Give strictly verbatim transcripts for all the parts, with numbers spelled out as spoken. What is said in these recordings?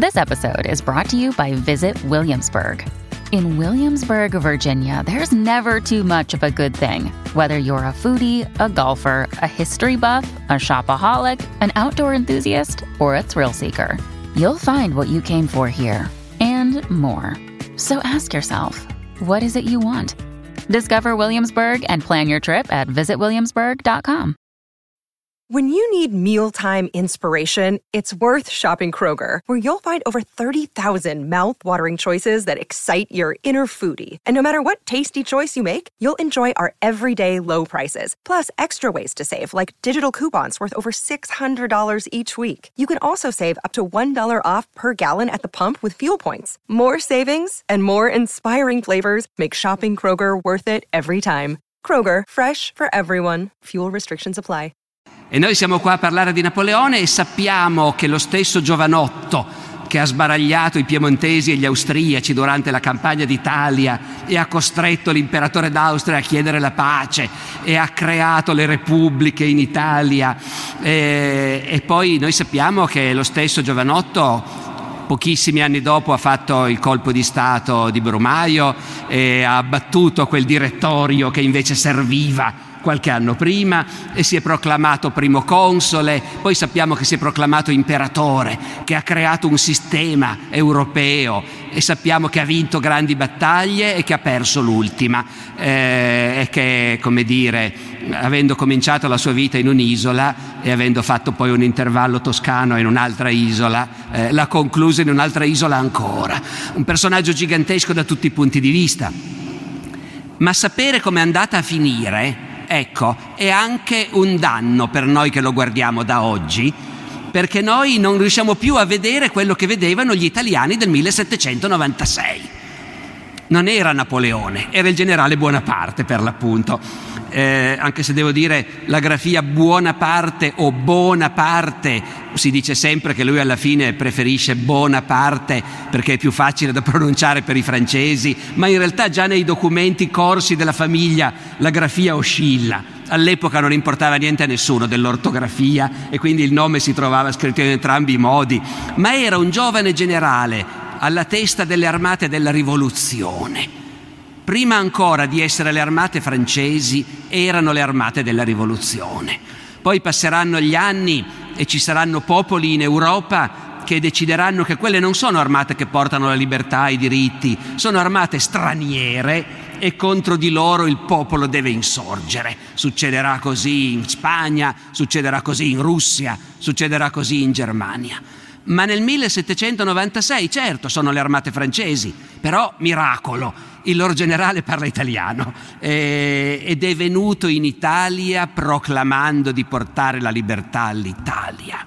This episode is brought to you by Visit Williamsburg. In Williamsburg, Virginia, there's never too much of a good thing. Whether you're a foodie, a golfer, a history buff, a shopaholic, an outdoor enthusiast, or a thrill seeker, you'll find what you came for here and more. So ask yourself, what is it you want? Discover Williamsburg and plan your trip at visit williamsburg dot com. When you need mealtime inspiration, it's worth shopping Kroger, where you'll find over thirty thousand mouth-watering choices that excite your inner foodie. And no matter what tasty choice you make, you'll enjoy our everyday low prices, plus extra ways to save, like digital coupons worth over six hundred dollars each week. You can also save up to one dollar off per gallon at the pump with fuel points. More savings and more inspiring flavors make shopping Kroger worth it every time. Kroger, fresh for everyone. Fuel restrictions apply. E noi siamo qua a parlare di Napoleone e sappiamo che lo stesso giovanotto che ha sbaragliato i piemontesi e gli austriaci durante la campagna d'Italia e ha costretto l'imperatore d'Austria a chiedere la pace e ha creato le repubbliche in Italia, e, e poi noi sappiamo che lo stesso giovanotto pochissimi anni dopo ha fatto il colpo di stato di Brumaio e ha abbattuto quel direttorio che invece serviva qualche anno prima e si è proclamato primo console, poi sappiamo che si è proclamato imperatore, che ha creato un sistema europeo e sappiamo che ha vinto grandi battaglie e che ha perso l'ultima, eh, e che, come dire, avendo cominciato la sua vita in un'isola e avendo fatto poi un intervallo toscano in un'altra isola, eh, l'ha conclusa in un'altra isola ancora. Un personaggio gigantesco da tutti i punti di vista. Ma sapere com'è andata a finire, ecco, è anche un danno per noi che lo guardiamo da oggi, perché noi non riusciamo più a vedere quello che vedevano gli italiani del millesettecentonovantasei. Non era Napoleone, era il generale Buonaparte per l'appunto, eh, anche se devo dire la grafia Buonaparte o Bonaparte, si dice sempre che lui alla fine preferisce Bonaparte perché è più facile da pronunciare per i francesi, ma in realtà già nei documenti corsi della famiglia la grafia oscilla. All'epoca non importava niente a nessuno dell'ortografia e quindi il nome si trovava scritto in entrambi i modi, ma era un giovane generale alla testa delle armate della rivoluzione. Prima ancora di essere le armate francesi, erano le armate della rivoluzione. Poi passeranno gli anni e ci saranno popoli in Europa che decideranno che quelle non sono armate che portano la libertà e i diritti, sono armate straniere e contro di loro il popolo deve insorgere. Succederà così in Spagna, succederà così in Russia, succederà così in Germania. Ma nel millesettecentonovantasei, certo, sono le armate francesi, però miracolo, il loro generale parla italiano eh, ed è venuto in Italia proclamando di portare la libertà all'Italia.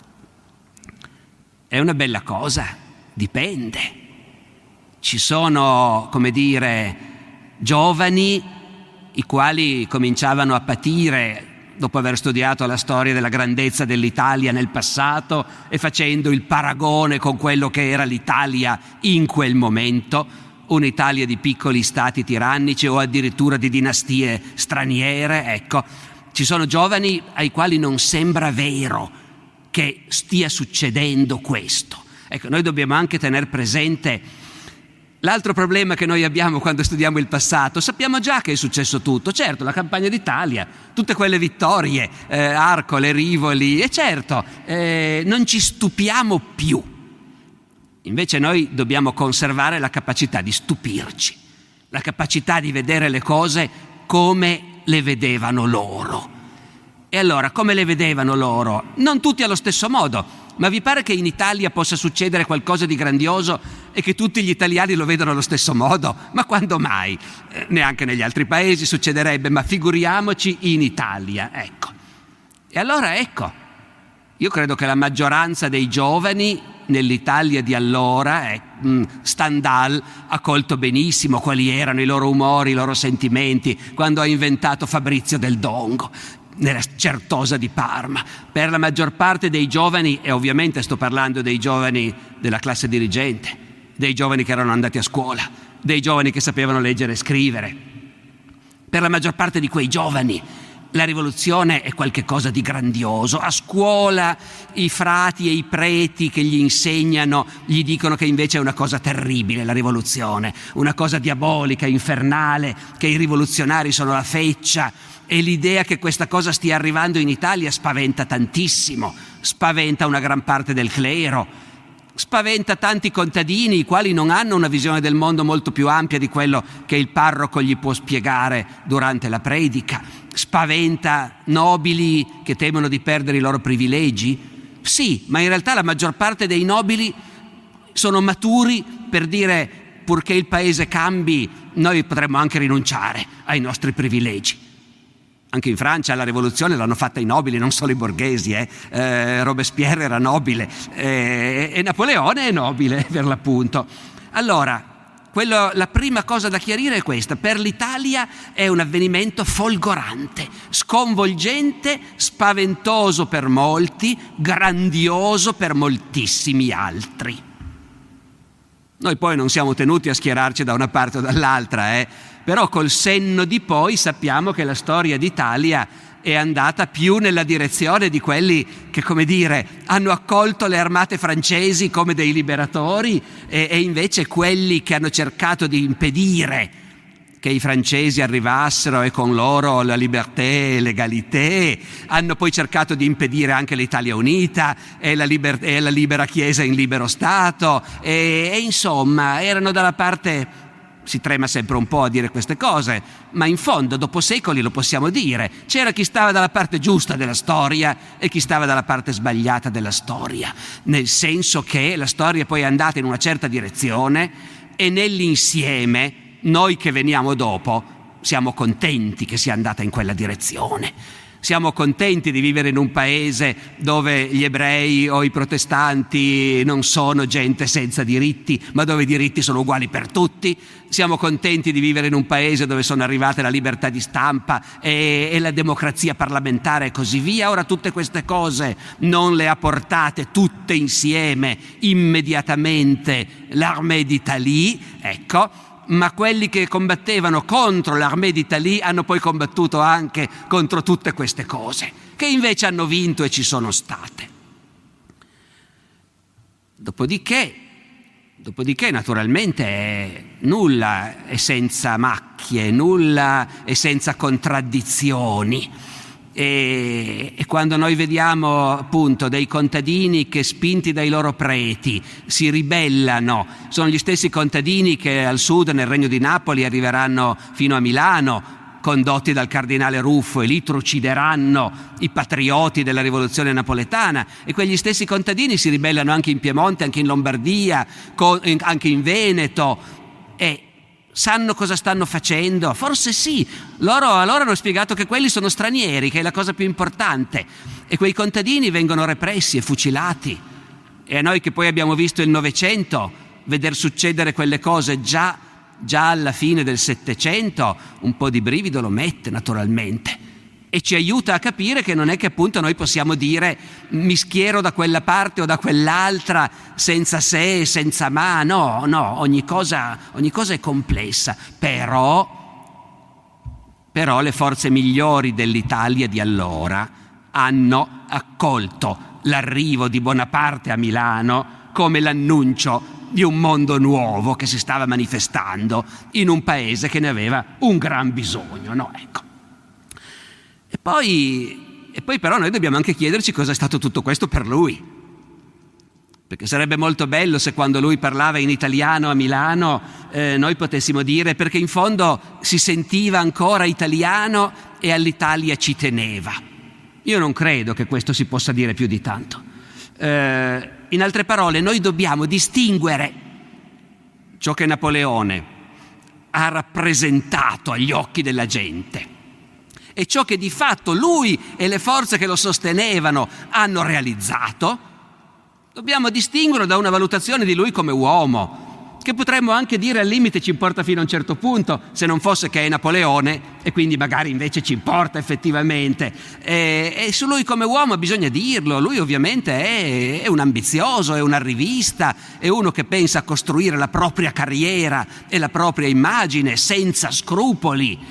È una bella cosa? Dipende. Ci sono, come dire, giovani i quali cominciavano a patire dopo aver studiato la storia della grandezza dell'Italia nel passato e facendo il paragone con quello che era l'Italia in quel momento, un'Italia di piccoli stati tirannici o addirittura di dinastie straniere. Ecco, ci sono giovani ai quali non sembra vero che stia succedendo questo. Ecco, noi dobbiamo anche tener presente l'altro problema che noi abbiamo quando studiamo il passato. Sappiamo già che è successo tutto, certo, la campagna d'Italia, tutte quelle vittorie, eh, Arcole, Rivoli, e certo, eh, non ci stupiamo più. Invece noi dobbiamo conservare la capacità di stupirci, la capacità di vedere le cose come le vedevano loro. E allora, come le vedevano loro? Non tutti allo stesso modo. Ma vi pare che in Italia possa succedere qualcosa di grandioso e che tutti gli italiani lo vedano allo stesso modo? Ma quando mai? Eh, neanche negli altri paesi succederebbe, ma figuriamoci in Italia, ecco. E allora ecco, io credo che la maggioranza dei giovani nell'Italia di allora, eh, Stendhal ha colto benissimo quali erano i loro umori, i loro sentimenti quando ha inventato Fabrizio del Dongo nella Certosa di Parma. Per la maggior parte dei giovani, e ovviamente sto parlando dei giovani della classe dirigente, dei giovani che erano andati a scuola, dei giovani che sapevano leggere e scrivere, per la maggior parte di quei giovani la rivoluzione è qualcosa di grandioso. A scuola i frati e i preti che gli insegnano gli dicono che invece è una cosa terribile la rivoluzione, una cosa diabolica, infernale, che i rivoluzionari sono la feccia, e l'idea che questa cosa stia arrivando in Italia spaventa tantissimo, spaventa una gran parte del clero, spaventa tanti contadini, i quali non hanno una visione del mondo molto più ampia di quello che il parroco gli può spiegare durante la predica, spaventa nobili che temono di perdere i loro privilegi. Sì, ma in realtà la maggior parte dei nobili sono maturi per dire: purché il paese cambi, noi potremmo anche rinunciare ai nostri privilegi. Anche in Francia la rivoluzione l'hanno fatta i nobili, non solo i borghesi. Eh. Eh, Robespierre era nobile eh, e Napoleone è nobile, per l'appunto. Allora, quello, la prima cosa da chiarire è questa: per l'Italia è un avvenimento folgorante, sconvolgente, spaventoso per molti, grandioso per moltissimi altri. Noi poi non siamo tenuti a schierarci da una parte o dall'altra, eh? Però col senno di poi sappiamo che la storia d'Italia è andata più nella direzione di quelli che, come dire, hanno accolto le armate francesi come dei liberatori e, e invece quelli che hanno cercato di impedire che i francesi arrivassero e con loro la liberté e l'égalité, hanno poi cercato di impedire anche l'Italia unita e la, liber- e la libera Chiesa in libero Stato e, e insomma erano dalla parte... Si trema sempre un po' a dire queste cose, ma in fondo dopo secoli lo possiamo dire: c'era chi stava dalla parte giusta della storia e chi stava dalla parte sbagliata della storia, nel senso che la storia poi è andata in una certa direzione e nell'insieme noi che veniamo dopo siamo contenti che sia andata in quella direzione. Siamo contenti di vivere in un paese dove gli ebrei o i protestanti non sono gente senza diritti, ma dove i diritti sono uguali per tutti. Siamo contenti di vivere in un paese dove sono arrivate la libertà di stampa e, e la democrazia parlamentare e così via. Ora tutte queste cose non le ha portate tutte insieme immediatamente l'Armée d'Italie, ecco. Ma quelli che combattevano contro l'Armée d'Italie hanno poi combattuto anche contro tutte queste cose, che invece hanno vinto e ci sono state. Dopodiché, dopodiché naturalmente nulla è senza macchie, nulla è senza contraddizioni. E, e quando noi vediamo appunto dei contadini che, spinti dai loro preti, si ribellano, sono gli stessi contadini che al sud, nel Regno di Napoli, arriveranno fino a Milano, condotti dal cardinale Ruffo, e lì trucideranno i patrioti della rivoluzione napoletana, e quegli stessi contadini si ribellano anche in Piemonte, anche in Lombardia, anche in Veneto, e sanno cosa stanno facendo? Forse sì, loro allora hanno spiegato che quelli sono stranieri, che è la cosa più importante, e quei contadini vengono repressi e fucilati. E a noi che poi abbiamo visto il Novecento, veder succedere quelle cose già, già alla fine del Settecento, un po' di brivido lo mette naturalmente, e ci aiuta a capire che non è che appunto noi possiamo dire mi schiero da quella parte o da quell'altra senza se e senza ma. No, no, ogni cosa, ogni cosa è complessa, però, però le forze migliori dell'Italia di allora hanno accolto l'arrivo di Bonaparte a Milano come l'annuncio di un mondo nuovo che si stava manifestando in un paese che ne aveva un gran bisogno, no? Ecco. E poi, e poi però noi dobbiamo anche chiederci cosa è stato tutto questo per lui, perché sarebbe molto bello se quando lui parlava in italiano a Milano eh, noi potessimo dire, perché in fondo si sentiva ancora italiano e all'Italia ci teneva. Io non credo che questo si possa dire più di tanto. Eh, in altre parole, noi dobbiamo distinguere ciò che Napoleone ha rappresentato agli occhi della gente e ciò che di fatto lui e le forze che lo sostenevano hanno realizzato. Dobbiamo distinguerlo da una valutazione di lui come uomo, che potremmo anche dire al limite ci importa fino a un certo punto, se non fosse che è Napoleone, e quindi magari invece ci importa effettivamente. E, e su lui come uomo bisogna dirlo, lui ovviamente è, è un ambizioso, è un arrivista, è uno che pensa a costruire la propria carriera e la propria immagine senza scrupoli.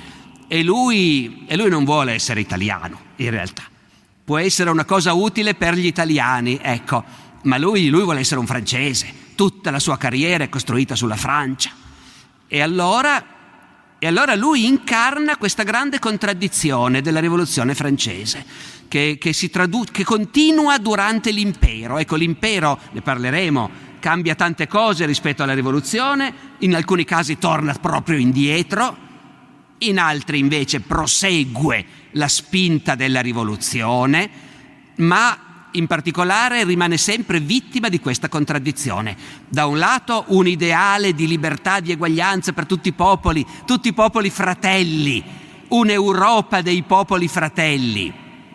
e lui, e lui non vuole essere italiano, in realtà. Può essere una cosa utile per gli italiani, ecco, ma lui, lui vuole essere un francese. Tutta la sua carriera è costruita sulla Francia. E allora, e allora lui incarna questa grande contraddizione della rivoluzione francese, che, che, si tradu- che continua durante l'impero. Ecco, l'impero, ne parleremo, cambia tante cose rispetto alla rivoluzione, in alcuni casi torna proprio indietro, in altri invece prosegue la spinta della rivoluzione, ma in particolare rimane sempre vittima di questa contraddizione. Da un lato un ideale di libertà, di eguaglianza per tutti i popoli, tutti i popoli fratelli, un'Europa dei popoli fratelli.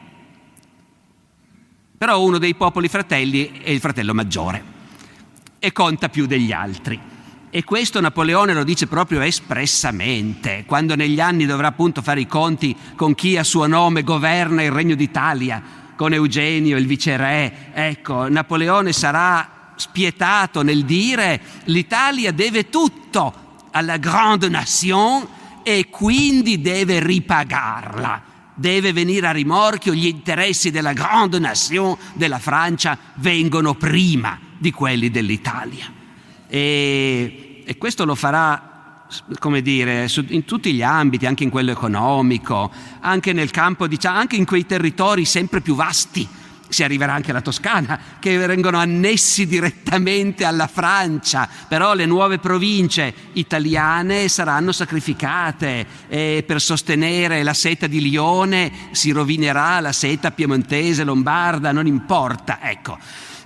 Però uno dei popoli fratelli è il fratello maggiore e conta più degli altri. E questo Napoleone lo dice proprio espressamente, quando negli anni dovrà appunto fare i conti con chi a suo nome governa il Regno d'Italia, con Eugenio, il viceré. Ecco, Napoleone sarà spietato nel dire: l'Italia deve tutto alla grande nation e quindi deve ripagarla. Deve venire a rimorchio, gli interessi della grande nation, della Francia, vengono prima di quelli dell'Italia. E, e questo lo farà, come dire, su, in tutti gli ambiti, anche in quello economico, anche nel campo, diciamo, anche in quei territori sempre più vasti. Si arriverà anche alla Toscana, che vengono annessi direttamente alla Francia, però le nuove province italiane saranno sacrificate e per sostenere la seta di Lione si rovinerà la seta piemontese, lombarda, non importa, ecco.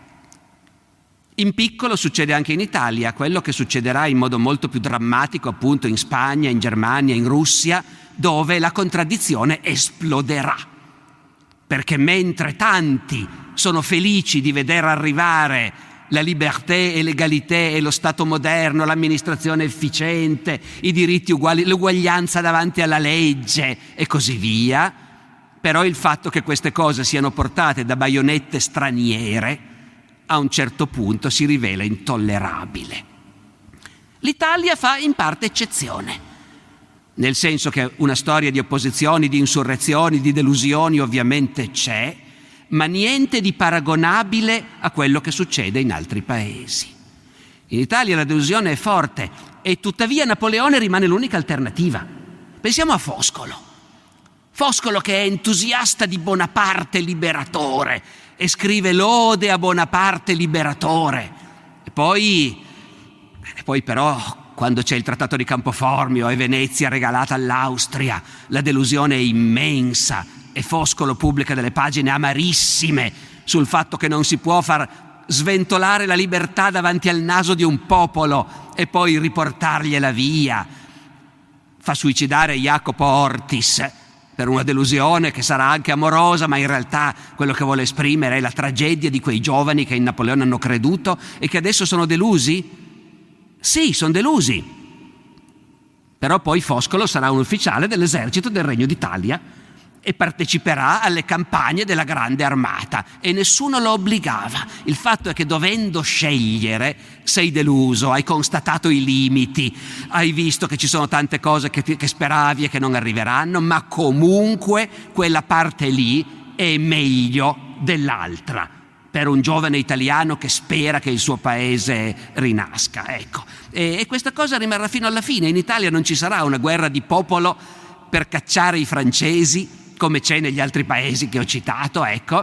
In piccolo succede anche in Italia quello che succederà in modo molto più drammatico appunto in Spagna, in Germania, in Russia, dove la contraddizione esploderà. Perché mentre tanti sono felici di veder arrivare la liberté e l'égalité e lo Stato moderno, l'amministrazione efficiente, i diritti uguali, l'uguaglianza davanti alla legge e così via, però il fatto che queste cose siano portate da baionette straniere a un certo punto si rivela intollerabile. L'Italia fa in parte eccezione, nel senso che una storia di opposizioni, di insurrezioni, di delusioni ovviamente c'è, ma niente di paragonabile a quello che succede in altri paesi. In Italia la delusione è forte e tuttavia Napoleone rimane l'unica alternativa. Pensiamo a Foscolo. Foscolo che è entusiasta di Bonaparte liberatore e scrive l'ode a Bonaparte liberatore. E poi, e poi però, quando c'è il Trattato di Campoformio e Venezia regalata all'Austria, la delusione è immensa e Foscolo pubblica delle pagine amarissime sul fatto che non si può far sventolare la libertà davanti al naso di un popolo e poi riportargliela via. Fa suicidare Jacopo Ortis per una delusione che sarà anche amorosa, ma in realtà quello che vuole esprimere è la tragedia di quei giovani che in Napoleone hanno creduto e che adesso sono delusi? Sì, sono delusi. Però poi Foscolo sarà un ufficiale dell'esercito del Regno d'Italia e parteciperà alle campagne della Grande Armata e nessuno lo obbligava. Il fatto è che dovendo scegliere sei deluso, hai constatato i limiti, hai visto che ci sono tante cose che, che speravi e che non arriveranno, ma comunque quella parte lì è meglio dell'altra per un giovane italiano che spera che il suo paese rinasca, ecco. E, e questa cosa rimarrà fino alla fine. In Italia non ci sarà una guerra di popolo per cacciare i francesi come c'è negli altri paesi che ho citato, ecco,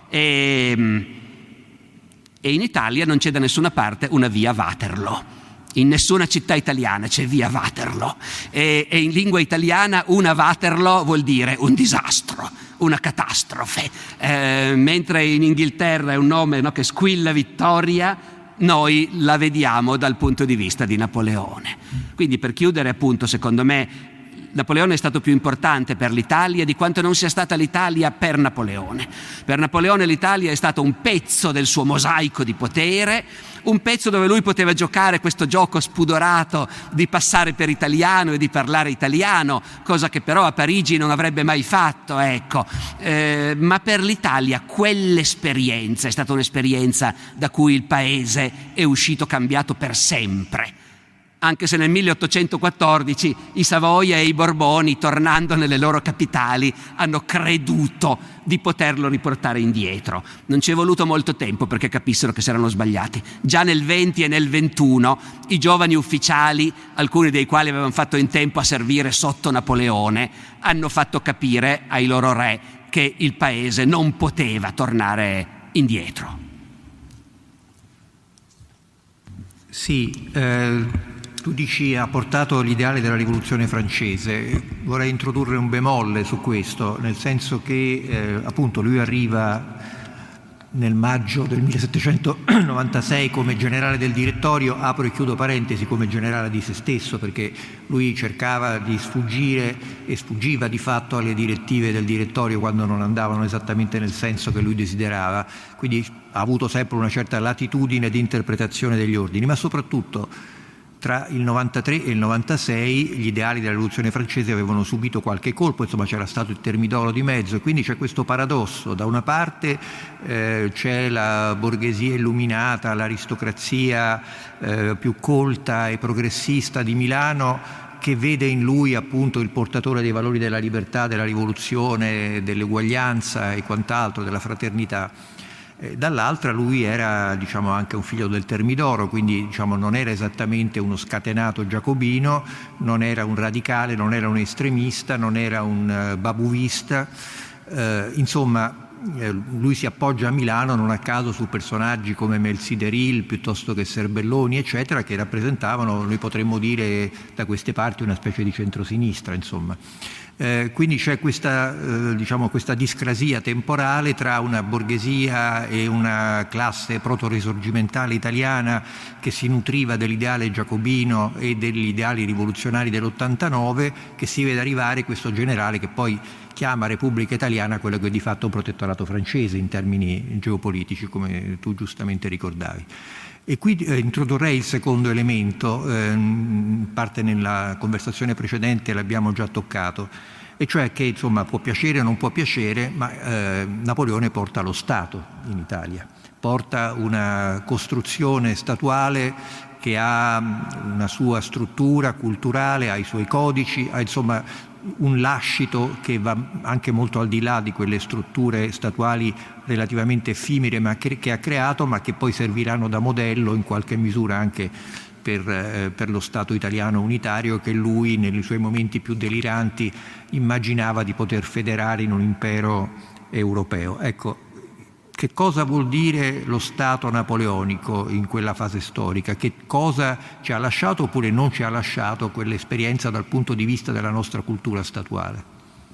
e, e in Italia non c'è da nessuna parte una via Waterloo. In nessuna città italiana c'è via Waterloo e, e in lingua italiana una Waterloo vuol dire un disastro, una catastrofe, eh, mentre in Inghilterra è un nome, no, che squilla vittoria, noi la vediamo dal punto di vista di Napoleone. Quindi, per chiudere, appunto, secondo me Napoleone è stato più importante per l'Italia di quanto non sia stata l'Italia per Napoleone. Per Napoleone l'Italia è stato un pezzo del suo mosaico di potere, un pezzo dove lui poteva giocare questo gioco spudorato di passare per italiano e di parlare italiano, cosa che però a Parigi non avrebbe mai fatto, ecco. Eh, ma per l'Italia quell'esperienza è stata un'esperienza da cui il paese è uscito cambiato per sempre. anche se nel milleottocentoquattordici i Savoia e i Borboni, tornando nelle loro capitali, hanno creduto di poterlo riportare indietro. Non ci è voluto molto tempo perché capissero che si erano sbagliati. Già nel venti e nel ventuno i giovani ufficiali, alcuni dei quali avevano fatto in tempo a servire sotto Napoleone, hanno fatto capire ai loro re che il paese non poteva tornare indietro. Sì, eh... tu dici ha portato l'ideale della rivoluzione francese. Vorrei introdurre un bemolle su questo, nel senso che eh, appunto lui arriva nel maggio del millesettecentonovantasei come generale del direttorio, apro e chiudo parentesi, come generale di se stesso, perché lui cercava di sfuggire e sfuggiva di fatto alle direttive del direttorio quando non andavano esattamente nel senso che lui desiderava, quindi ha avuto sempre una certa latitudine di interpretazione degli ordini, ma soprattutto tra il novantatré e il novantasei gli ideali della rivoluzione francese avevano subito qualche colpo, insomma c'era stato il Termidoro di mezzo, e quindi c'è questo paradosso: da una parte eh, c'è la borghesia illuminata, l'aristocrazia eh, più colta e progressista di Milano, che vede in lui appunto il portatore dei valori della libertà, della rivoluzione, dell'uguaglianza e quant'altro, della fraternità. Dall'altra lui era, diciamo, anche un figlio del Termidoro, quindi, diciamo, non era esattamente uno scatenato giacobino, non era un radicale, non era un estremista, non era un uh, babuvista, eh, insomma eh, lui si appoggia a Milano non a caso su personaggi come Melsideril piuttosto che Serbelloni eccetera, che rappresentavano, noi potremmo dire da queste parti, una specie di centrosinistra, insomma. Eh, quindi c'è questa, eh, diciamo, questa discrasia temporale tra una borghesia e una classe proto-risorgimentale italiana che si nutriva dell'ideale giacobino e degli ideali rivoluzionari dell'ottantanove, che si vede arrivare questo generale che poi chiama Repubblica Italiana quello che è di fatto un protettorato francese in termini geopolitici, come tu giustamente ricordavi. E qui eh, introdurrei il secondo elemento, eh, in parte nella conversazione precedente l'abbiamo già toccato, e cioè che, insomma, può piacere o non può piacere, ma eh, Napoleone porta lo Stato in Italia, porta una costruzione statuale che ha una sua struttura culturale, ha i suoi codici, ha insomma un lascito che va anche molto al di là di quelle strutture statuali relativamente effimere ma che, che ha creato, ma che poi serviranno da modello in qualche misura anche per, eh, per lo Stato italiano unitario che lui nei suoi momenti più deliranti immaginava di poter federare in un impero europeo. Ecco, che cosa vuol dire lo Stato napoleonico in quella fase storica? Che cosa ci ha lasciato oppure non ci ha lasciato quell'esperienza dal punto di vista della nostra cultura statuale?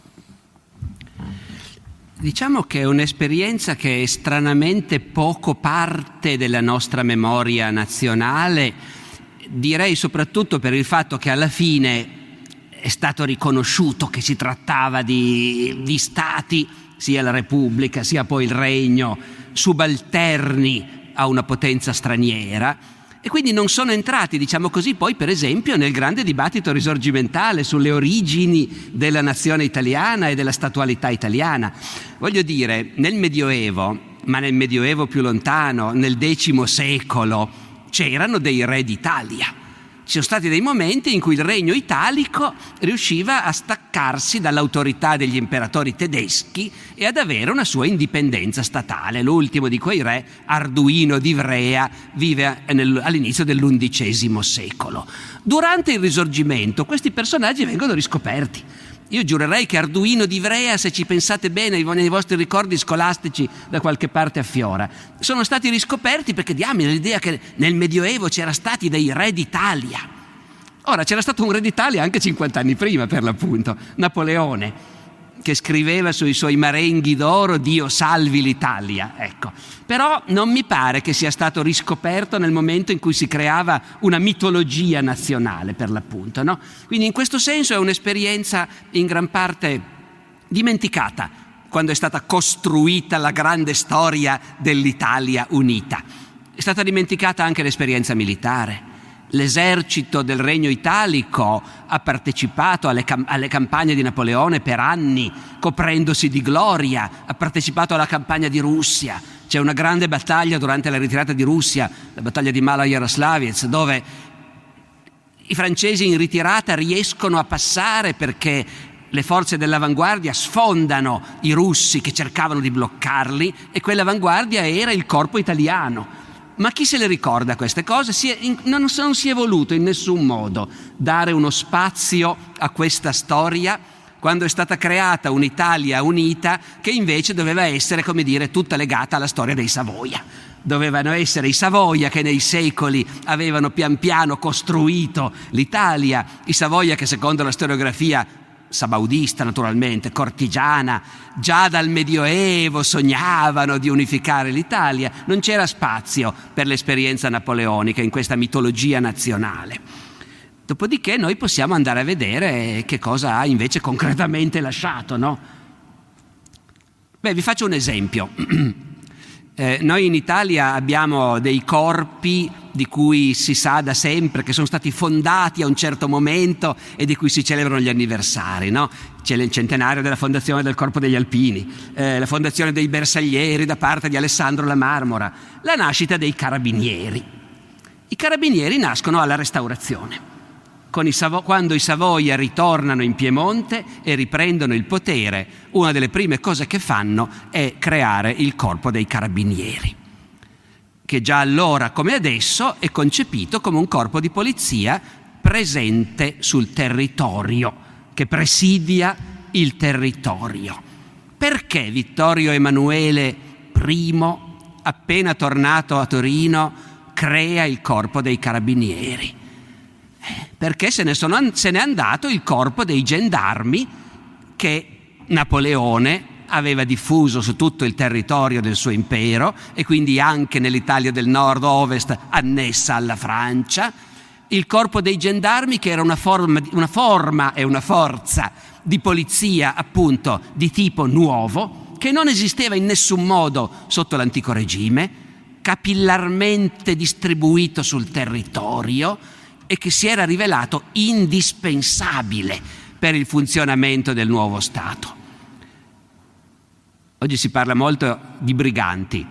Diciamo che è un'esperienza che è stranamente poco parte della nostra memoria nazionale, direi soprattutto per il fatto che alla fine è stato riconosciuto che si trattava di, di stati, sia la Repubblica sia poi il Regno, subalterni a una potenza straniera, e quindi non sono entrati, diciamo così, poi per esempio nel grande dibattito risorgimentale sulle origini della nazione italiana e della statualità italiana. Voglio dire, nel Medioevo, ma nel Medioevo più lontano, nel X secolo, c'erano dei re d'Italia. Ci sono stati dei momenti in cui il regno italico riusciva a staccarsi dall'autorità degli imperatori tedeschi e ad avere una sua indipendenza statale. L'ultimo di quei re, Arduino di Ivrea, vive all'inizio dell'undicesimo secolo. Durante il Risorgimento questi personaggi vengono riscoperti. Io giurerei che Arduino di Ivrea, se ci pensate bene nei vostri ricordi scolastici da qualche parte affiora, sono stati riscoperti perché diamine l'idea che nel Medioevo c'era stati dei re d'Italia. Ora, c'era stato un re d'Italia anche cinquanta anni prima, per l'appunto, Napoleone, che scriveva sui suoi marenghi d'oro Dio salvi l'Italia, ecco. Però non mi pare che sia stato riscoperto nel momento in cui si creava una mitologia nazionale, per l'appunto, no? Quindi in questo senso è un'esperienza in gran parte dimenticata quando è stata costruita la grande storia dell'Italia unita. È stata dimenticata anche l'esperienza militare. L'esercito del Regno Italico ha partecipato alle, cam- alle campagne di Napoleone per anni, coprendosi di gloria, ha partecipato alla campagna di Russia. C'è una grande battaglia durante la ritirata di Russia, la battaglia di Mala Jaroslavets, dove I francesi in ritirata riescono a passare perché le forze dell'avanguardia sfondano i russi che cercavano di bloccarli, e quell'avanguardia era il corpo italiano. Ma chi se le ricorda queste cose? Si è, non, non si è voluto in nessun modo dare uno spazio a questa storia, quando è stata creata un'Italia unita che invece doveva essere, come dire, tutta legata alla storia dei Savoia. Dovevano essere i Savoia che nei secoli avevano pian piano costruito l'Italia, i Savoia che secondo la storiografia sabaudista, naturalmente, cortigiana, già dal Medioevo sognavano di unificare l'Italia. Non c'era spazio per l'esperienza napoleonica in questa mitologia nazionale. Dopodiché noi possiamo andare a vedere che cosa ha invece concretamente lasciato, no? Beh, vi faccio un esempio. Eh, noi in Italia abbiamo dei corpi di cui si sa da sempre che sono stati fondati a un certo momento e di cui si celebrano gli anniversari, no? C'è il centenario della fondazione del Corpo degli Alpini, eh, la fondazione dei Bersaglieri da parte di Alessandro La Marmora, la nascita dei Carabinieri. I Carabinieri nascono alla Restaurazione, con i Savo- quando i Savoia ritornano in Piemonte e riprendono il potere. Una delle prime cose che fanno è creare il Corpo dei Carabinieri, che già allora come adesso è concepito come un corpo di polizia presente sul territorio, che presidia il territorio. Perché Vittorio Emanuele I, appena tornato a Torino, crea il Corpo dei Carabinieri? Perché se ne, sono, se n'è andato il corpo dei gendarmi che Napoleone aveva diffuso su tutto il territorio del suo impero e quindi anche nell'Italia del nord-ovest annessa alla Francia. Il corpo dei gendarmi che era una forma, una forma e una forza di polizia appunto di tipo nuovo, che non esisteva in nessun modo sotto l'antico regime, capillarmente distribuito sul territorio e che si era rivelato indispensabile per il funzionamento del nuovo Stato. Oggi si parla molto di briganti.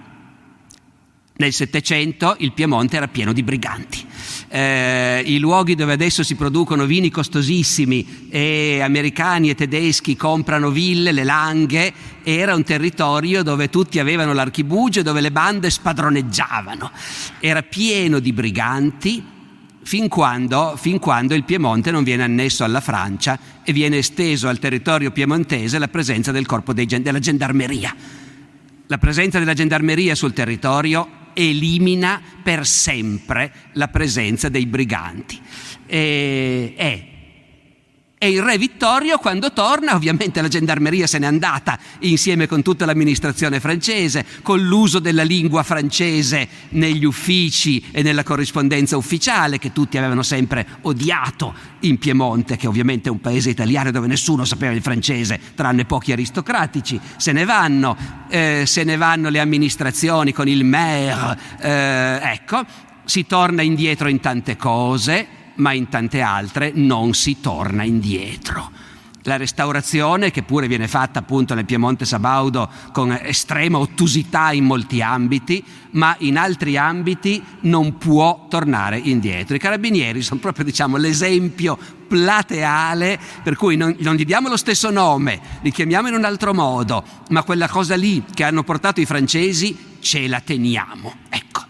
Nel Settecento il Piemonte era pieno di briganti. Eh, I luoghi dove adesso si producono vini costosissimi e americani e tedeschi comprano ville, le langhe, era un territorio dove tutti avevano l'archibugio e dove le bande spadroneggiavano. Era pieno di briganti fin quando, fin quando il Piemonte non viene annesso alla Francia e viene esteso al territorio piemontese la presenza del corpo dei, della gendarmeria. La presenza della gendarmeria sul territorio elimina per sempre la presenza dei briganti. E, e, e il re Vittorio, quando torna, ovviamente la gendarmeria se n'è andata insieme con tutta l'amministrazione francese, con l'uso della lingua francese negli uffici e nella corrispondenza ufficiale che tutti avevano sempre odiato in Piemonte, che ovviamente è un paese italiano dove nessuno sapeva il francese tranne pochi aristocratici. Se ne vanno, eh, se ne vanno le amministrazioni con il maire, eh, ecco, si torna indietro in tante cose, ma in tante altre non si torna indietro. La restaurazione, che pure viene fatta appunto nel Piemonte sabaudo con estrema ottusità in molti ambiti, ma in altri ambiti non può tornare indietro. I Carabinieri sono proprio, diciamo, l'esempio plateale per cui non, non gli diamo lo stesso nome, li chiamiamo in un altro modo, ma quella cosa lì che hanno portato i francesi ce la teniamo, ecco.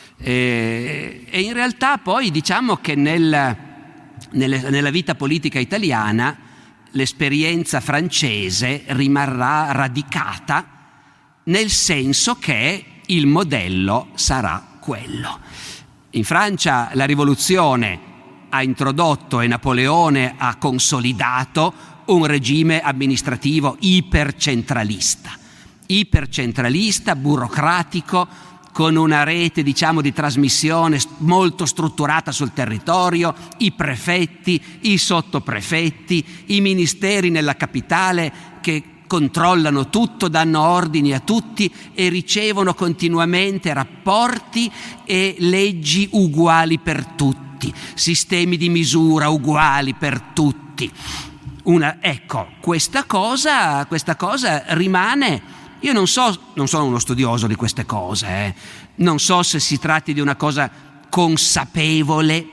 E, e in realtà poi diciamo che nel, nelle, nella vita politica italiana l'esperienza francese rimarrà radicata, nel senso che il modello sarà quello. In Francia la rivoluzione ha introdotto e Napoleone ha consolidato un regime amministrativo ipercentralista, ipercentralista, burocratico, con una rete, diciamo, di trasmissione molto strutturata sul territorio, i prefetti, i sottoprefetti, i ministeri nella capitale che controllano tutto, danno ordini a tutti e ricevono continuamente rapporti e leggi uguali per tutti, sistemi di misura uguali per tutti. Una, ecco, questa cosa, questa cosa rimane. Io non so, non sono uno studioso di queste cose, eh. Non so se si tratti di una cosa consapevole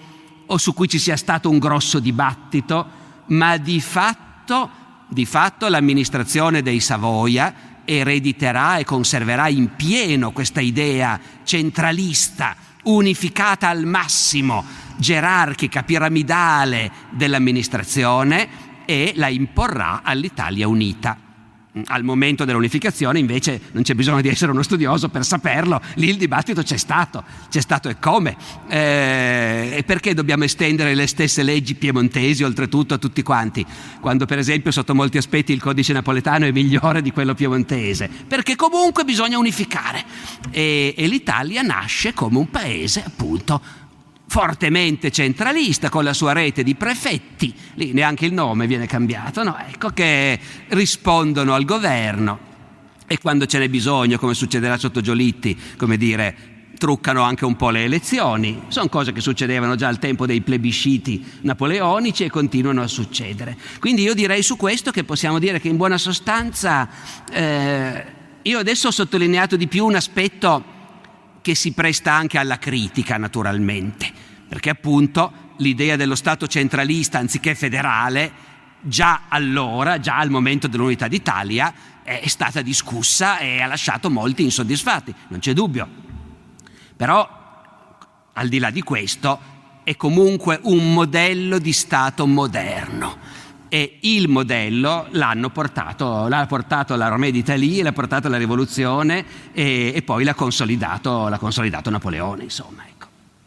o su cui ci sia stato un grosso dibattito, ma di fatto, di fatto l'amministrazione dei Savoia erediterà e conserverà in pieno questa idea centralista, unificata al massimo, gerarchica, piramidale dell'amministrazione, e la imporrà all'Italia unita. Al momento dell'unificazione invece non c'è bisogno di essere uno studioso per saperlo, lì il dibattito c'è stato, c'è stato e come. Eh, e perché dobbiamo estendere le stesse leggi piemontesi oltretutto a tutti quanti, quando per esempio sotto molti aspetti il codice napoletano è migliore di quello piemontese? Perché comunque bisogna unificare, e, e l'Italia nasce come un paese appunto fortemente centralista, con la sua rete di prefetti, lì neanche il nome viene cambiato, no? Ecco, che rispondono al governo, e quando ce n'è bisogno, come succederà sotto Giolitti, come dire, truccano anche un po' le elezioni. Sono cose che succedevano già al tempo dei plebisciti napoleonici e continuano a succedere. Quindi io direi su questo che possiamo dire che in buona sostanza eh, io adesso ho sottolineato di più un aspetto che si presta anche alla critica, naturalmente, perché appunto l'idea dello Stato centralista anziché federale già allora, già al momento dell'unità d'Italia, è stata discussa e ha lasciato molti insoddisfatti, non c'è dubbio. Però al di là di questo è comunque un modello di Stato moderno, e il modello l'hanno portato, l'ha portato l'Armée d'Italie, l'ha portato la rivoluzione, e, e poi l'ha consolidato, l'ha consolidato Napoleone, insomma, ecco.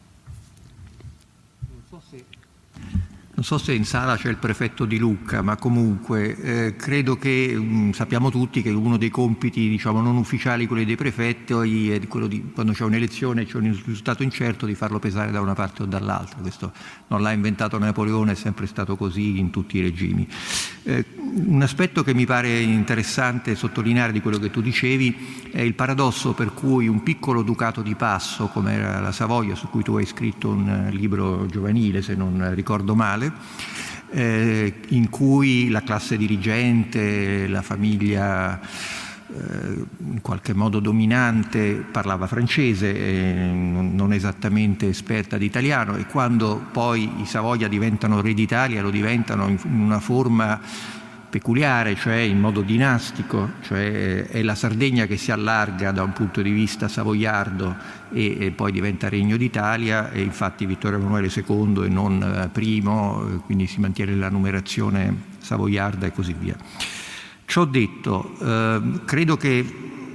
Non so se in sala c'è il prefetto di Lucca, ma comunque eh, credo che mh, sappiamo tutti che uno dei compiti, diciamo, non ufficiali, quelli dei prefetti, è quello di, quando c'è un'elezione, c'è un risultato incerto, di farlo pesare da una parte o dall'altra. Questo non l'ha inventato Napoleone, è sempre stato così in tutti i regimi. Eh, un aspetto che mi pare interessante sottolineare di quello che tu dicevi è il paradosso per cui un piccolo ducato di passo, come era la Savoia, su cui tu hai scritto un libro giovanile, se non ricordo male, Eh, in cui la classe dirigente, la famiglia eh, in qualche modo dominante parlava francese, eh, non, non esattamente esperta di italiano, e quando poi i Savoia diventano re d'Italia lo diventano in, in una forma peculiare, cioè in modo dinastico, cioè è la Sardegna che si allarga da un punto di vista savoiardo e, e poi diventa Regno d'Italia, e infatti Vittorio Emanuele secondo e non eh, primo, quindi si mantiene la numerazione savoiarda e così via. Ciò detto, eh, credo che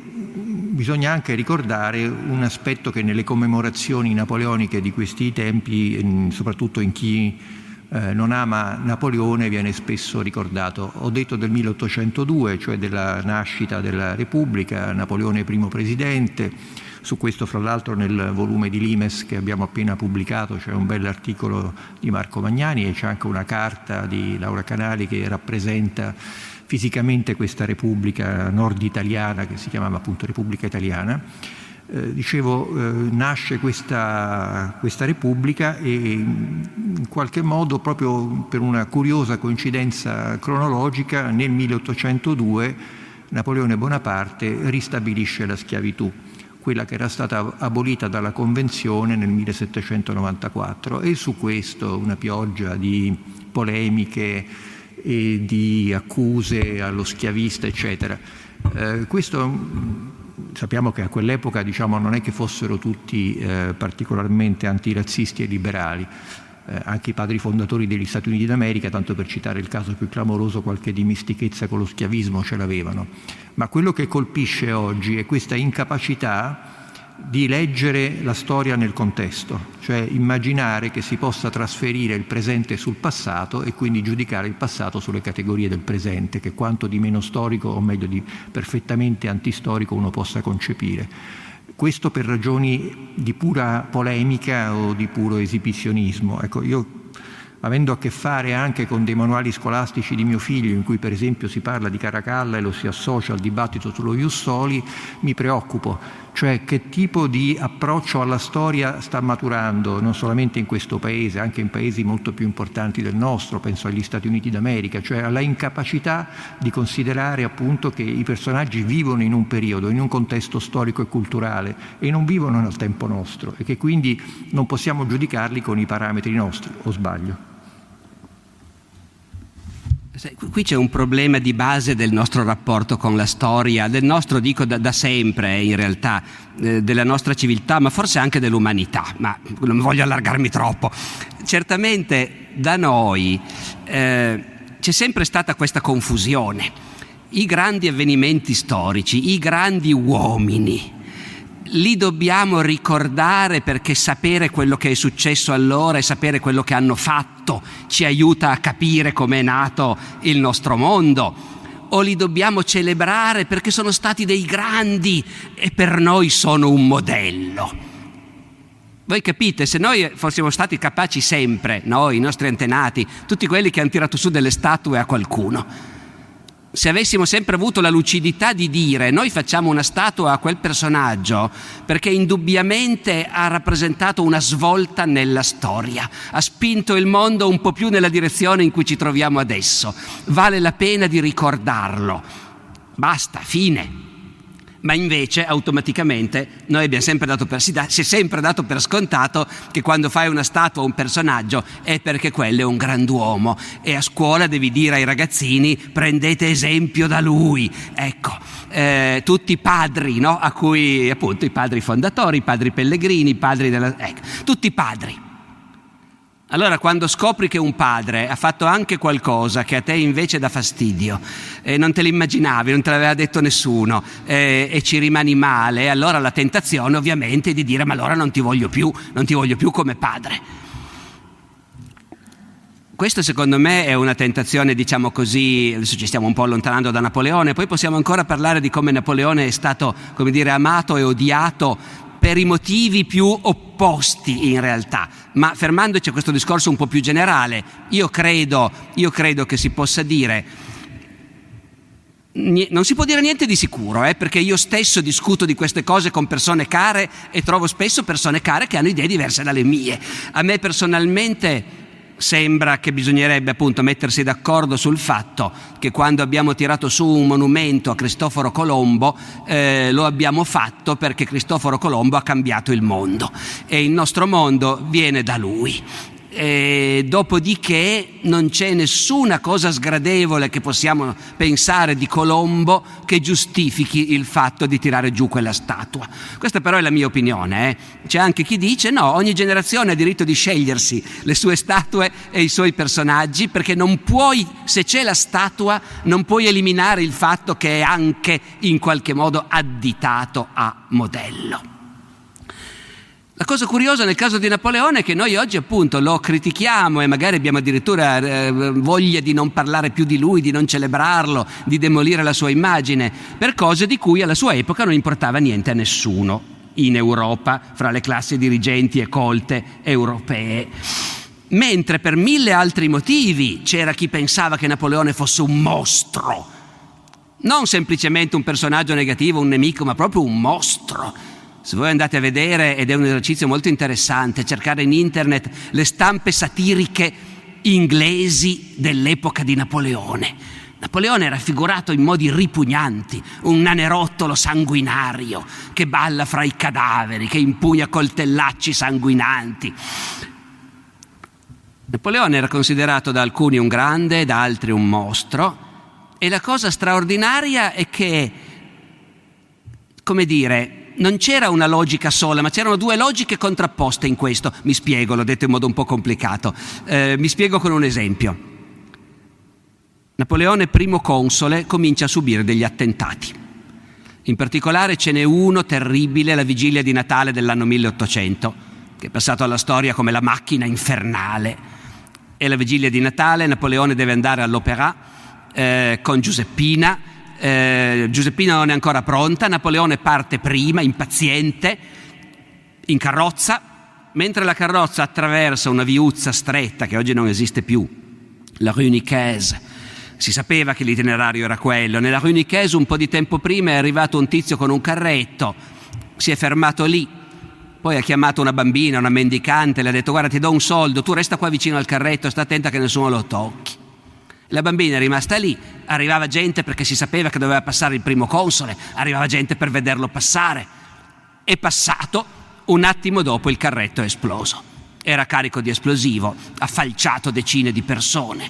bisogna anche ricordare un aspetto che nelle commemorazioni napoleoniche di questi tempi, in, soprattutto in chi Eh, non ama Napoleone, viene spesso ricordato. Ho detto del milleottocentodue, cioè della nascita della Repubblica, Napoleone primo presidente. Su questo, fra l'altro, nel volume di Limes che abbiamo appena pubblicato c'è un bell'articolo di Marco Magnani, e c'è anche una carta di Laura Canali che rappresenta fisicamente questa Repubblica nord italiana, che si chiamava appunto Repubblica Italiana. Eh, dicevo, eh, nasce questa, questa Repubblica, e in qualche modo, proprio per una curiosa coincidenza cronologica, nel milleottocentodue Napoleone Bonaparte ristabilisce la schiavitù, quella che era stata abolita dalla Convenzione nel millesettecentonovantaquattro, e su questo una pioggia di polemiche e di accuse allo schiavista, eccetera. Eh, questo sappiamo che a quell'epoca, diciamo, non è che fossero tutti eh, particolarmente antirazzisti e liberali, eh, anche i padri fondatori degli Stati Uniti d'America, tanto per citare il caso più clamoroso, qualche dimistichezza con lo schiavismo ce l'avevano. Ma quello che colpisce oggi è questa incapacità di leggere la storia nel contesto, cioè immaginare che si possa trasferire il presente sul passato e quindi giudicare il passato sulle categorie del presente, che quanto di meno storico, o meglio di perfettamente antistorico, uno possa concepire. Questo per ragioni di pura polemica o di puro esibizionismo. Ecco, io, avendo a che fare anche con dei manuali scolastici di mio figlio, in cui per esempio si parla di Caracalla e lo si associa al dibattito sullo Ius Soli, mi preoccupo. cioè che tipo di approccio alla storia sta maturando, non solamente in questo paese, anche in paesi molto più importanti del nostro, penso agli Stati Uniti d'America, cioè alla incapacità di considerare appunto che i personaggi vivono in un periodo, in un contesto storico e culturale e non vivono nel tempo nostro e che quindi non possiamo giudicarli con i parametri nostri, o sbaglio? Qui c'è un problema di base del nostro rapporto con la storia, del nostro, dico da, da sempre in realtà, eh, della nostra civiltà, ma forse anche dell'umanità, ma non voglio allargarmi troppo. Certamente da noi eh, c'è sempre stata questa confusione. I grandi avvenimenti storici, i grandi uomini, li dobbiamo ricordare perché sapere quello che è successo allora e sapere quello che hanno fatto ci aiuta a capire com'è nato il nostro mondo, o li dobbiamo celebrare perché sono stati dei grandi e per noi sono un modello? Voi capite, se noi fossimo stati capaci sempre, noi, i nostri antenati, tutti quelli che hanno tirato su delle statue a qualcuno, se avessimo sempre avuto la lucidità di dire noi facciamo una statua a quel personaggio perché indubbiamente ha rappresentato una svolta nella storia, ha spinto il mondo un po' più nella direzione in cui ci troviamo adesso, vale la pena di ricordarlo, basta, fine. Ma invece automaticamente noi abbiamo sempre dato per, si, da, si è sempre dato per scontato che quando fai una statua a un personaggio è perché quello è un grand'uomo e a scuola devi dire ai ragazzini prendete esempio da lui, ecco, eh, tutti i padri, no? A cui appunto i padri fondatori, i padri pellegrini, i padri della, ecco, tutti i padri. Allora quando scopri che un padre ha fatto anche qualcosa che a te invece dà fastidio e non te l'immaginavi, non te l'aveva detto nessuno e, e ci rimani male, allora la tentazione ovviamente è di dire ma allora non ti voglio più, non ti voglio più come padre. Questo secondo me è una tentazione, diciamo così, adesso ci stiamo un po' allontanando da Napoleone, poi possiamo ancora parlare di come Napoleone è stato, come dire, amato e odiato per i motivi più opposti in realtà, ma fermandoci a questo discorso un po' più generale, io credo, io credo che si possa dire, non si può dire niente di sicuro, eh, perché io stesso discuto di queste cose con persone care e trovo spesso persone care che hanno idee diverse dalle mie. A me personalmente sembra che bisognerebbe appunto mettersi d'accordo sul fatto che quando abbiamo tirato su un monumento a Cristoforo Colombo eh, lo abbiamo fatto perché Cristoforo Colombo ha cambiato il mondo e il nostro mondo viene da lui. E dopodiché non c'è nessuna cosa sgradevole che possiamo pensare di Colombo che giustifichi il fatto di tirare giù quella statua. Questa però è la mia opinione, eh. C'è anche chi dice no, ogni generazione ha diritto di scegliersi le sue statue e i suoi personaggi, perché non puoi, se c'è la statua, non puoi eliminare il fatto che è anche in qualche modo additato a modello. La cosa curiosa nel caso di Napoleone è che noi oggi appunto lo critichiamo e magari abbiamo addirittura eh, voglia di non parlare più di lui, di non celebrarlo, di demolire la sua immagine, per cose di cui alla sua epoca non importava niente a nessuno in Europa, fra le classi dirigenti e colte europee. Mentre per mille altri motivi c'era chi pensava che Napoleone fosse un mostro, non semplicemente un personaggio negativo, un nemico, ma proprio un mostro. Se voi andate a vedere, ed è un esercizio molto interessante, cercare in internet le stampe satiriche inglesi dell'epoca di Napoleone. Napoleone era raffigurato in modi ripugnanti, un nanerottolo sanguinario che balla fra i cadaveri, che impugna coltellacci sanguinanti. Napoleone era considerato da alcuni un grande, da altri un mostro, e la cosa straordinaria è che, come dire, non c'era una logica sola, ma c'erano due logiche contrapposte in questo. Mi spiego, l'ho detto in modo un po' complicato. Eh, mi spiego con un esempio. Napoleone, primo console, comincia a subire degli attentati. In particolare ce n'è uno terribile alla vigilia di Natale dell'anno milleottocento, che è passato alla storia come la macchina infernale. È la vigilia di Natale, Napoleone deve andare all'Opéra eh, con Giuseppina. Eh, Giuseppina non è ancora pronta, Napoleone parte prima, impaziente, in carrozza, mentre la carrozza attraversa una viuzza stretta che oggi non esiste più, la Rue Nicaise. Si sapeva che l'itinerario era quello. Nella Rue Nicaise un po' di tempo prima è arrivato un tizio con un carretto, si è fermato lì, poi ha chiamato una bambina, una mendicante, le ha detto: guarda, ti do un soldo, tu resta qua vicino al carretto, sta attenta che nessuno lo tocchi. La bambina è rimasta lì, arrivava gente perché si sapeva che doveva passare il primo console, arrivava gente per vederlo passare. È passato, un attimo dopo il carretto è esploso. Era carico di esplosivo, ha falciato decine di persone.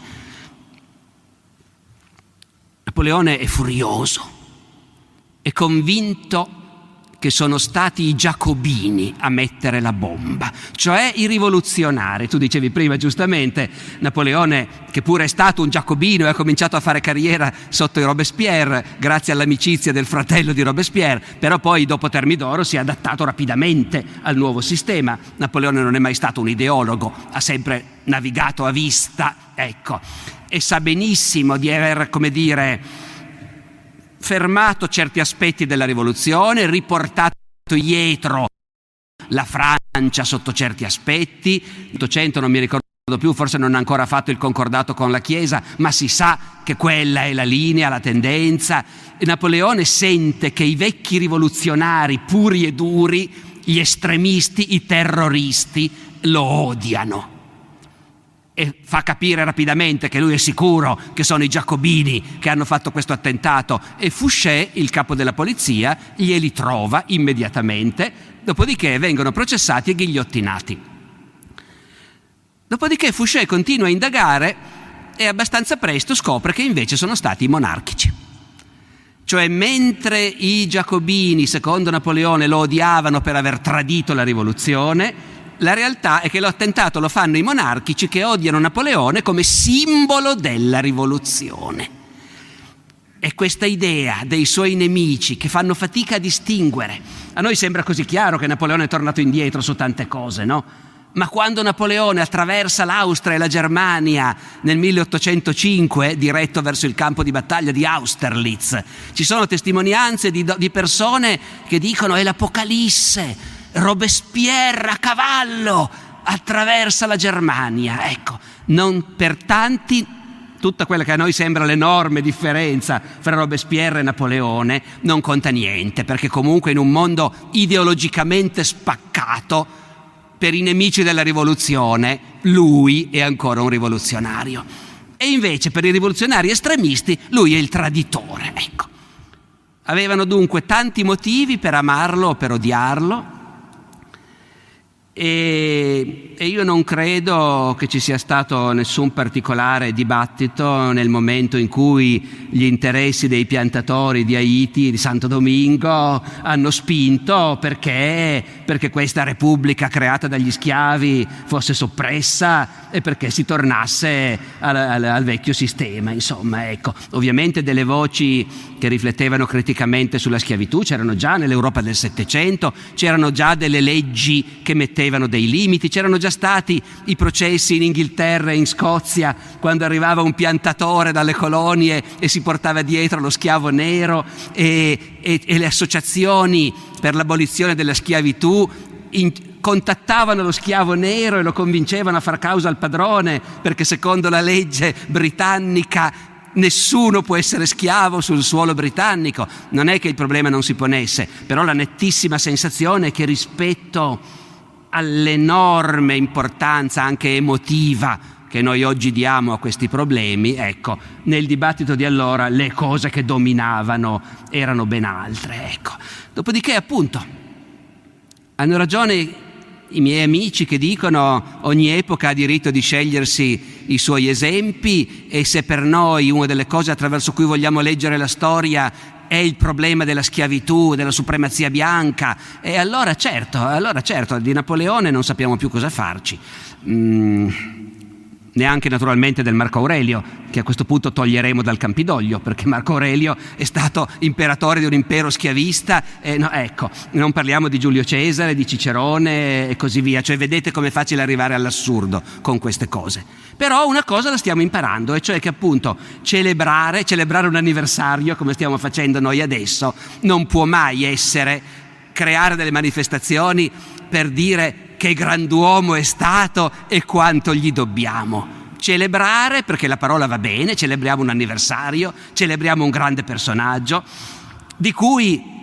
Napoleone è furioso, è convinto che sono stati i giacobini a mettere la bomba, cioè i rivoluzionari. Tu dicevi prima giustamente, Napoleone, che pure è stato un giacobino e ha cominciato a fare carriera sotto i Robespierre grazie all'amicizia del fratello di Robespierre, però poi dopo Termidoro si è adattato rapidamente al nuovo sistema. Napoleone non è mai stato un ideologo, ha sempre navigato a vista, ecco, e sa benissimo di aver, come dire, fermato certi aspetti della rivoluzione, riportato dietro la Francia sotto certi aspetti. Ottocento non mi ricordo più, forse non ha ancora fatto il concordato con la Chiesa, ma si sa che quella è la linea, la tendenza. E Napoleone sente che i vecchi rivoluzionari puri e duri, gli estremisti, i terroristi, lo odiano. E fa capire rapidamente che lui è sicuro che sono i giacobini che hanno fatto questo attentato, e Fouché, il capo della polizia, glieli trova immediatamente, dopodiché vengono processati e ghigliottinati. Dopodiché Fouché continua a indagare e abbastanza presto scopre che invece sono stati i monarchici. Cioè, mentre i giacobini, secondo Napoleone, lo odiavano per aver tradito la rivoluzione, la realtà è che l'attentato lo fanno i monarchici, che odiano Napoleone come simbolo della rivoluzione. E questa idea dei suoi nemici che fanno fatica a distinguere, a noi sembra così chiaro che Napoleone è tornato indietro su tante cose, no? Ma quando Napoleone attraversa l'Austria e la Germania nel milleottocentocinque, diretto verso il campo di battaglia di Austerlitz, ci sono testimonianze di, di persone che dicono: è l'Apocalisse, Robespierre a cavallo attraversa la Germania. Ecco, non per tanti tutta quella che a noi sembra l'enorme differenza fra Robespierre e Napoleone non conta niente, perché comunque in un mondo ideologicamente spaccato, per i nemici della rivoluzione lui è ancora un rivoluzionario, e invece per i rivoluzionari estremisti lui è il traditore. Ecco, avevano dunque tanti motivi per amarlo o per odiarlo. E, e io non credo che ci sia stato nessun particolare dibattito nel momento in cui gli interessi dei piantatori di Haiti, di Santo Domingo, hanno spinto perché, perché questa repubblica creata dagli schiavi fosse soppressa e perché si tornasse al, al, al vecchio sistema. Insomma, ecco, ovviamente delle voci che riflettevano criticamente sulla schiavitù c'erano già nell'Europa del Settecento, c'erano già delle leggi che mettevano dei limiti, c'erano già stati i processi in Inghilterra e in Scozia quando arrivava un piantatore dalle colonie e si portava dietro lo schiavo nero, e, e, e le associazioni per l'abolizione della schiavitù in, contattavano lo schiavo nero e lo convincevano a far causa al padrone, perché secondo la legge britannica nessuno può essere schiavo sul suolo britannico. Non è che il problema non si ponesse, però la nettissima sensazione è che rispetto all'enorme importanza anche emotiva che noi oggi diamo a questi problemi, ecco, nel dibattito di allora le cose che dominavano erano ben altre, ecco. Dopodiché, appunto, hanno ragione i miei amici che dicono ogni epoca ha diritto di scegliersi i suoi esempi, e se per noi una delle cose attraverso cui vogliamo leggere la storia è il problema della schiavitù, della supremazia bianca, e allora certo, allora certo, di Napoleone non sappiamo più cosa farci. Mm, neanche naturalmente del Marco Aurelio, che a questo punto toglieremo dal Campidoglio, perché Marco Aurelio è stato imperatore di un impero schiavista, e no, ecco, non parliamo di Giulio Cesare, di Cicerone e così via. Cioè, vedete com'è facile arrivare all'assurdo con queste cose. Però una cosa la stiamo imparando, e cioè che appunto celebrare, celebrare un anniversario, come stiamo facendo noi adesso, non può mai essere creare delle manifestazioni per dire che grand'uomo è stato e quanto gli dobbiamo. Celebrare, perché la parola va bene, celebriamo un anniversario, celebriamo un grande personaggio, di cui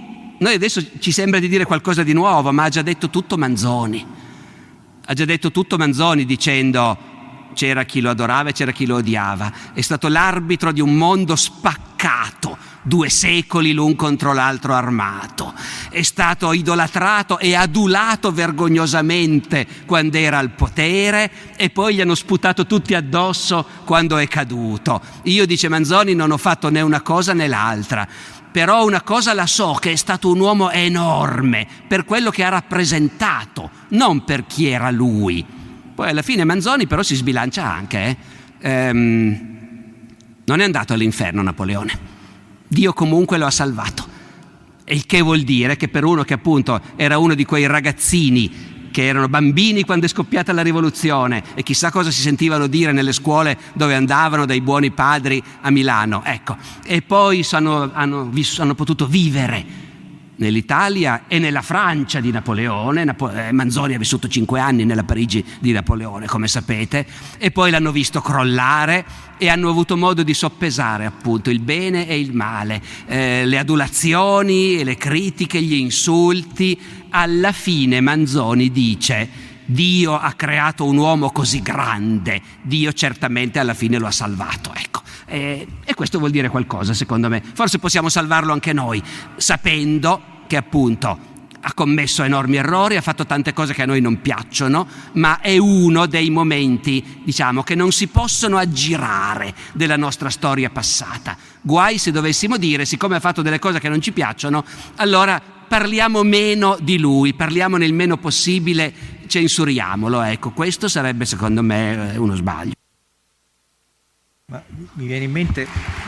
Noi adesso ci sembra di dire qualcosa di nuovo, ma ha già detto tutto Manzoni. Ha già detto tutto Manzoni dicendo: c'era chi lo adorava e c'era chi lo odiava. È stato l'arbitro di un mondo spaccato, due secoli l'un contro l'altro armato. È stato idolatrato e adulato vergognosamente quando era al potere e poi gli hanno sputato tutti addosso quando è caduto. Io, dice Manzoni, non ho fatto né una cosa né l'altra. Però una cosa la so, che è stato un uomo enorme per quello che ha rappresentato, non per chi era lui. Poi alla fine Manzoni però si sbilancia anche. Eh? Ehm, non è andato all'inferno Napoleone. Dio comunque lo ha salvato. E il che vuol dire che per uno che appunto era uno di quei ragazzini che erano bambini quando è scoppiata la rivoluzione e chissà cosa si sentivano dire nelle scuole dove andavano dai buoni padri a Milano, ecco, e poi sono, hanno, hanno potuto vivere nell'Italia e nella Francia di Napoleone. Napo- eh, Manzoni ha vissuto cinque anni nella Parigi di Napoleone, come sapete, e poi l'hanno visto crollare e hanno avuto modo di soppesare appunto il bene e il male, eh, le adulazioni, le critiche, gli insulti. Alla fine Manzoni dice: Dio ha creato un uomo così grande, Dio certamente alla fine lo ha salvato, ecco. E, e questo vuol dire qualcosa, secondo me. Forse possiamo salvarlo anche noi, sapendo che appunto ha commesso enormi errori, ha fatto tante cose che a noi non piacciono, ma è uno dei momenti, diciamo, che non si possono aggirare della nostra storia passata. Guai se dovessimo dire: siccome ha fatto delle cose che non ci piacciono, allora parliamo meno di lui, parliamone il meno possibile, censuriamolo. Ecco, questo sarebbe secondo me uno sbaglio. Ma mi viene in mente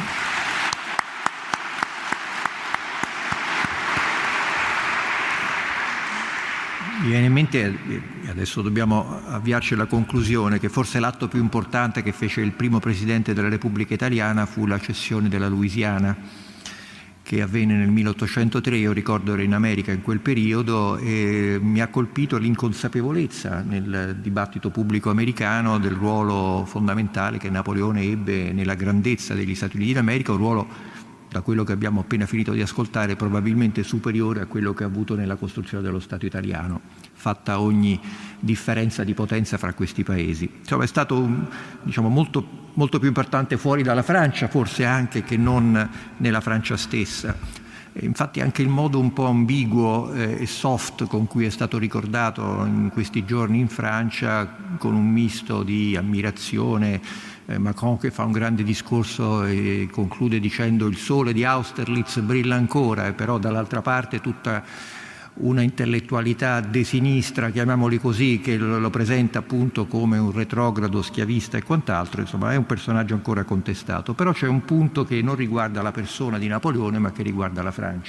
mi viene in mente adesso dobbiamo avviarci alla conclusione, che forse l'atto più importante che fece il primo presidente della Repubblica Italiana fu la cessione della Louisiana, che avvenne nel milleottocentotre. Io ricordo ero in America in quel periodo e mi ha colpito l'inconsapevolezza nel dibattito pubblico americano del ruolo fondamentale che Napoleone ebbe nella grandezza degli Stati Uniti d'America, un ruolo, da quello che abbiamo appena finito di ascoltare, probabilmente superiore a quello che ha avuto nella costruzione dello Stato italiano, fatta ogni differenza di potenza fra questi paesi. Insomma, è stato diciamo, molto, molto più importante fuori dalla Francia, forse anche, che non nella Francia stessa. E infatti anche il modo un po' ambiguo eh, e soft con cui è stato ricordato in questi giorni in Francia, con un misto di ammirazione, eh, Macron che fa un grande discorso e conclude dicendo: il sole di Austerlitz brilla ancora, e però dall'altra parte tutta una intellettualità de sinistra, chiamiamoli così, che lo, lo presenta appunto come un retrogrado schiavista e quant'altro. Insomma, è un personaggio ancora contestato, però c'è un punto che non riguarda la persona di Napoleone ma che riguarda la Francia,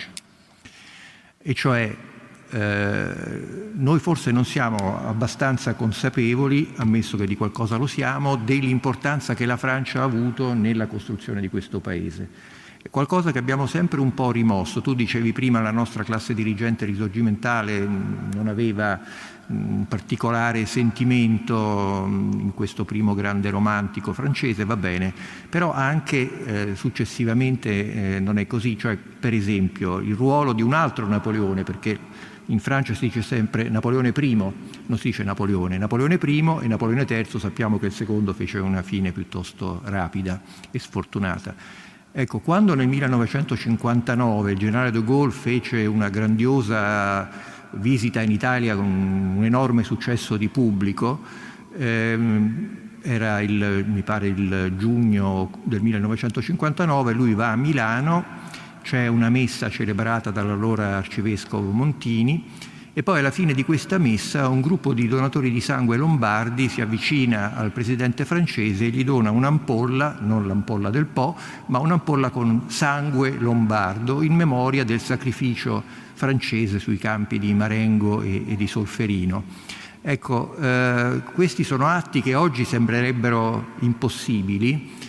e cioè eh, noi forse non siamo abbastanza consapevoli, ammesso che di qualcosa lo siamo, dell'importanza che la Francia ha avuto nella costruzione di questo paese. Qualcosa che abbiamo sempre un po' rimosso. Tu dicevi prima la nostra classe dirigente risorgimentale non aveva un particolare sentimento in questo primo grande romantico francese, va bene, però anche eh, successivamente eh, non è così. Cioè, per esempio, il ruolo di un altro Napoleone, perché in Francia si dice sempre Napoleone primo, non si dice Napoleone, Napoleone primo e Napoleone terzo, sappiamo che il secondo fece una fine piuttosto rapida e sfortunata. Ecco, quando nel millenovecentocinquantanove il generale de Gaulle fece una grandiosa visita in Italia con un enorme successo di pubblico, ehm, era il, mi pare il giugno del millenovecentocinquantanove, lui va a Milano, c'è una messa celebrata dall'allora arcivescovo Montini, e poi alla fine di questa messa un gruppo di donatori di sangue lombardi si avvicina al presidente francese e gli dona un'ampolla, non l'ampolla del Po, ma un'ampolla con sangue lombardo in memoria del sacrificio francese sui campi di Marengo e, e di Solferino. Ecco, eh, questi sono atti che oggi sembrerebbero impossibili,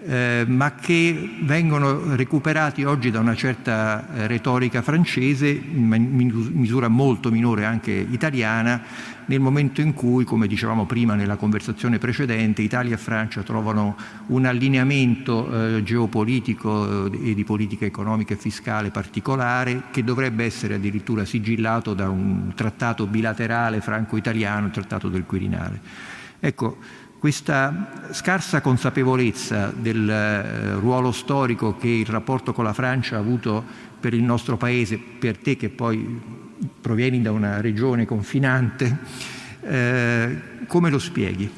eh, ma che vengono recuperati oggi da una certa eh, retorica francese, in misura molto minore anche italiana, nel momento in cui, come dicevamo prima nella conversazione precedente, Italia e Francia trovano un allineamento eh, geopolitico eh, e di politica economica e fiscale particolare, che dovrebbe essere addirittura sigillato da un trattato bilaterale franco-italiano, il Trattato del Quirinale. Ecco, questa scarsa consapevolezza del eh, ruolo storico che il rapporto con la Francia ha avuto per il nostro Paese, per te che poi provieni da una regione confinante, eh, come lo spieghi?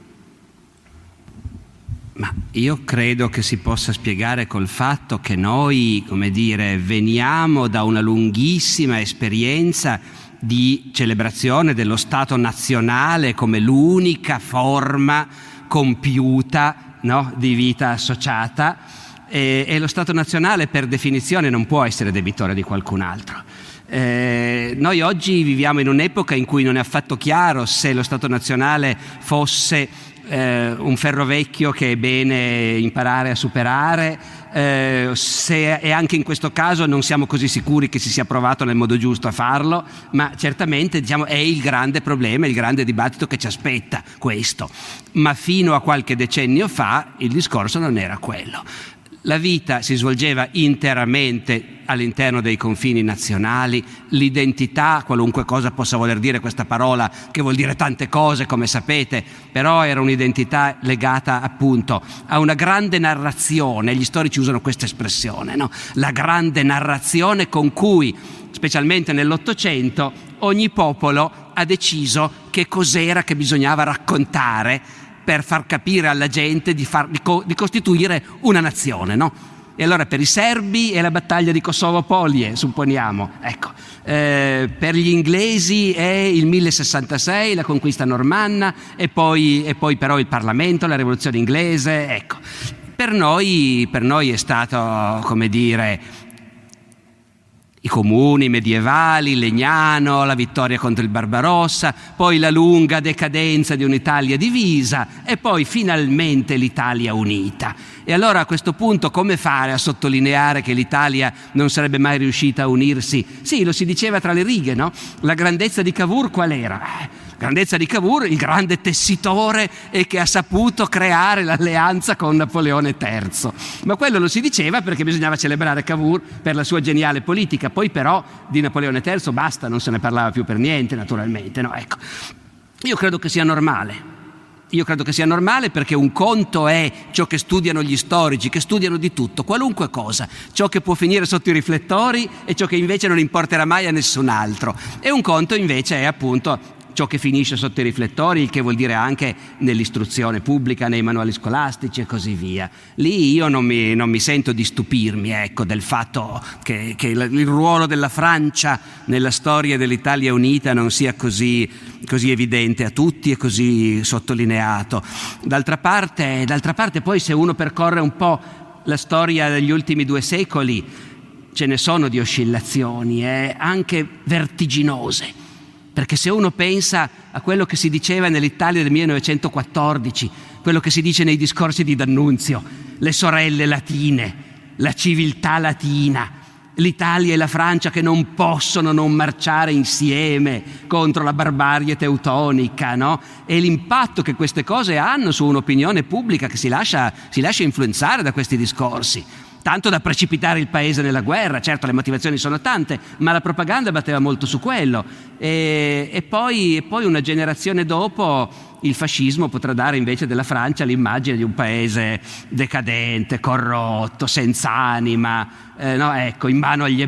Ma io credo che si possa spiegare col fatto che noi, come dire, veniamo da una lunghissima esperienza di celebrazione dello Stato nazionale come l'unica forma compiuta, no, di vita associata, e, e lo Stato nazionale per definizione non può essere debitore di qualcun altro. Eh, noi oggi viviamo in un'epoca in cui non è affatto chiaro se lo Stato nazionale fosse eh, un ferro vecchio che è bene imparare a superare, eh, se, e anche in questo caso non siamo così sicuri che si sia provato nel modo giusto a farlo, ma certamente, diciamo, è il grande problema, il grande dibattito che ci aspetta questo. Ma fino a qualche decennio fa il discorso non era quello. La vita si svolgeva interamente all'interno dei confini nazionali, l'identità, qualunque cosa possa voler dire questa parola, che vuol dire tante cose come sapete, però era un'identità legata appunto a una grande narrazione, gli storici usano questa espressione, no? La grande narrazione con cui, specialmente nell'Ottocento, ogni popolo ha deciso che cos'era che bisognava raccontare per far capire alla gente di, far, di, co, di costituire una nazione, no? E allora per i serbi è la battaglia di Kosovo-Polje, supponiamo, ecco. Eh, per gli inglesi è il millesessantasei, la conquista normanna, e poi, e poi però il Parlamento, la rivoluzione inglese, ecco. Per noi, per noi è stato, come dire, i comuni medievali, Legnano, la vittoria contro il Barbarossa, poi la lunga decadenza di un'Italia divisa e poi finalmente l'Italia unita. E allora a questo punto come fare a sottolineare che l'Italia non sarebbe mai riuscita a unirsi? Sì, lo si diceva tra le righe, no? La grandezza di Cavour qual era? Grandezza di Cavour, il grande tessitore e che ha saputo creare l'alleanza con Napoleone terzo. Ma quello lo si diceva perché bisognava celebrare Cavour per la sua geniale politica. Poi però di Napoleone terzo basta, non se ne parlava più per niente, naturalmente, no? Ecco. Io credo che sia normale. Io credo che sia normale perché un conto è ciò che studiano gli storici, che studiano di tutto, qualunque cosa, ciò che può finire sotto i riflettori e ciò che invece non importerà mai a nessun altro. E un conto invece è appunto ciò che finisce sotto i riflettori, il che vuol dire anche nell'istruzione pubblica, nei manuali scolastici e così via. Lì io non mi, non mi sento di stupirmi, ecco, del fatto che, che il ruolo della Francia nella storia dell'Italia unita non sia così, così evidente a tutti e così sottolineato. D'altra parte, d'altra parte poi se uno percorre un po' la storia degli ultimi due secoli, ce ne sono di oscillazioni, eh, anche vertiginose. Perché se uno pensa a quello che si diceva nell'Italia del millenovecentoquattordici, quello che si dice nei discorsi di D'Annunzio, le sorelle latine, la civiltà latina, l'Italia e la Francia che non possono non marciare insieme contro la barbarie teutonica, no? E l'impatto che queste cose hanno su un'opinione pubblica che si lascia, si lascia influenzare da questi discorsi. Tanto da precipitare il paese nella guerra. Certo, le motivazioni sono tante, ma la propaganda batteva molto su quello. E, e, poi, e poi una generazione dopo il fascismo potrà dare invece della Francia l'immagine di un paese decadente, corrotto, senza anima, eh, no, ecco, in mano agli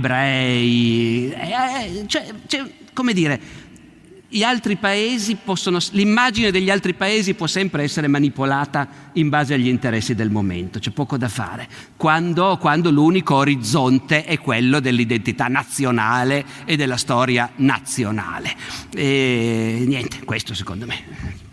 ebrei. Eh, cioè, cioè, come dire, gli altri paesi possono, l'immagine degli altri paesi può sempre essere manipolata in base agli interessi del momento, c'è poco da fare, quando, quando l'unico orizzonte è quello dell'identità nazionale e della storia nazionale. E niente, questo secondo me.